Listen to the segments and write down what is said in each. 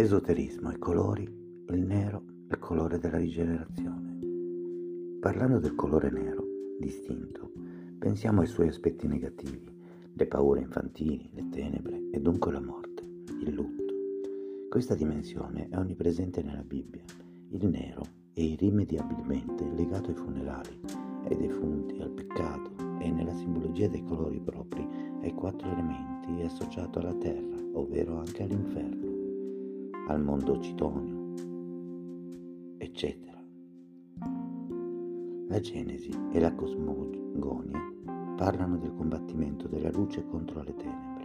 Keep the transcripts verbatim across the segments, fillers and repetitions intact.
Esoterismo e colori, il nero, il colore della rigenerazione. Parlando del colore nero, distinto, pensiamo ai suoi aspetti negativi, le paure infantili, le tenebre e dunque la morte, il lutto. Questa dimensione è onnipresente nella Bibbia. Il nero è irrimediabilmente legato ai funerali, ai defunti, al peccato e nella simbologia dei colori propri ai quattro elementi è associato alla terra, ovvero anche all'inferno, al mondo citonio, eccetera. La Genesi e la cosmogonia parlano del combattimento della luce contro le tenebre.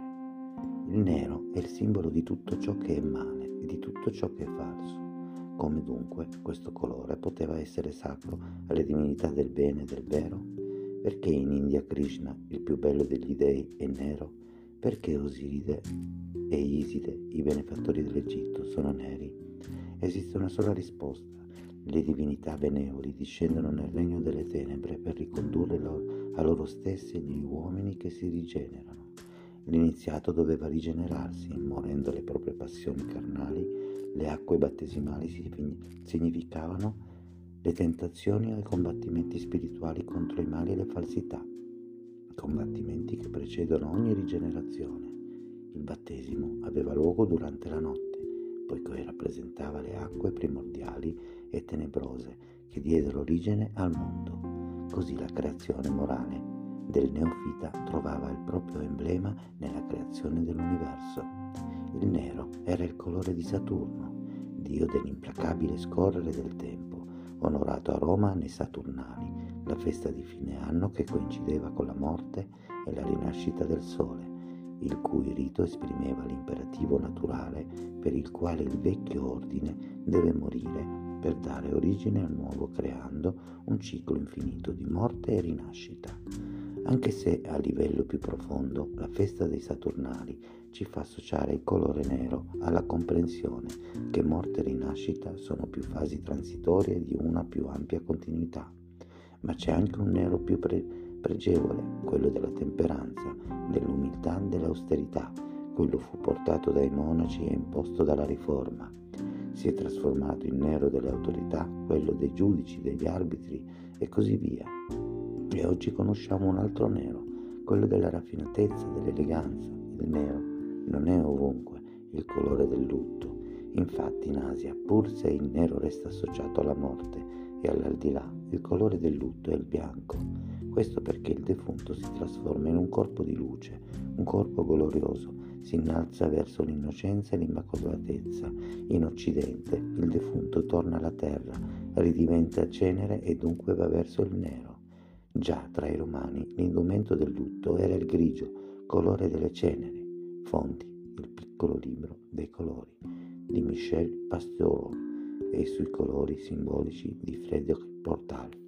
Il nero è il simbolo di tutto ciò che è male e di tutto ciò che è falso. Come dunque questo colore poteva essere sacro alle divinità del bene e del vero? Perché in India Krishna, il più bello degli dei, è nero? Perché Osiride e Iside, i benefattori dell'Egitto, sono neri? Esiste una sola risposta. Le divinità benevoli discendono nel regno delle tenebre per ricondurre loro, a loro stesse gli uomini che si rigenerano. L'iniziato doveva rigenerarsi, morendo alle proprie passioni carnali. Le acque battesimali significavano le tentazioni e i combattimenti spirituali contro i mali e le falsità, combattimenti che precedono ogni rigenerazione. Il battesimo aveva luogo durante la notte, poiché rappresentava le acque primordiali e tenebrose che diedero origine al mondo. Così la creazione morale del neofita trovava il proprio emblema nella creazione dell'universo. Il nero era il colore di Saturno, dio dell'implacabile scorrere del tempo, onorato a Roma nei Saturnali, la festa di fine anno che coincideva con la morte e la rinascita del sole, il cui rito esprimeva l'imperativo naturale per il quale il vecchio ordine deve morire per dare origine al nuovo, creando un ciclo infinito di morte e rinascita. Anche se a livello più profondo la festa dei Saturnali ci fa associare il colore nero alla comprensione che morte e rinascita sono più fasi transitorie di una più ampia continuità. Ma c'è anche un nero più pre- pregevole, quello della temperanza, dell'umiltà e dell'austerità. Quello fu portato dai monaci e imposto dalla Riforma. Si è trasformato in nero delle autorità, quello dei giudici, degli arbitri e così via. E oggi conosciamo un altro nero, quello della raffinatezza, dell'eleganza. Il nero non è ovunque il colore del lutto. Infatti in Asia, pur se il nero resta associato alla morte e all'aldilà, il colore del lutto è il bianco. Questo perché il defunto si trasforma in un corpo di luce, un corpo glorioso, si innalza verso l'innocenza e l'immacolatezza. In Occidente il defunto torna alla terra, ridiventa cenere e dunque va verso il nero. Già tra i Romani l'indumento del lutto era il grigio, colore delle ceneri. Fonti: il piccolo libro dei colori di Michel Pastoureau e sui colori simbolici di Frédéric Portal.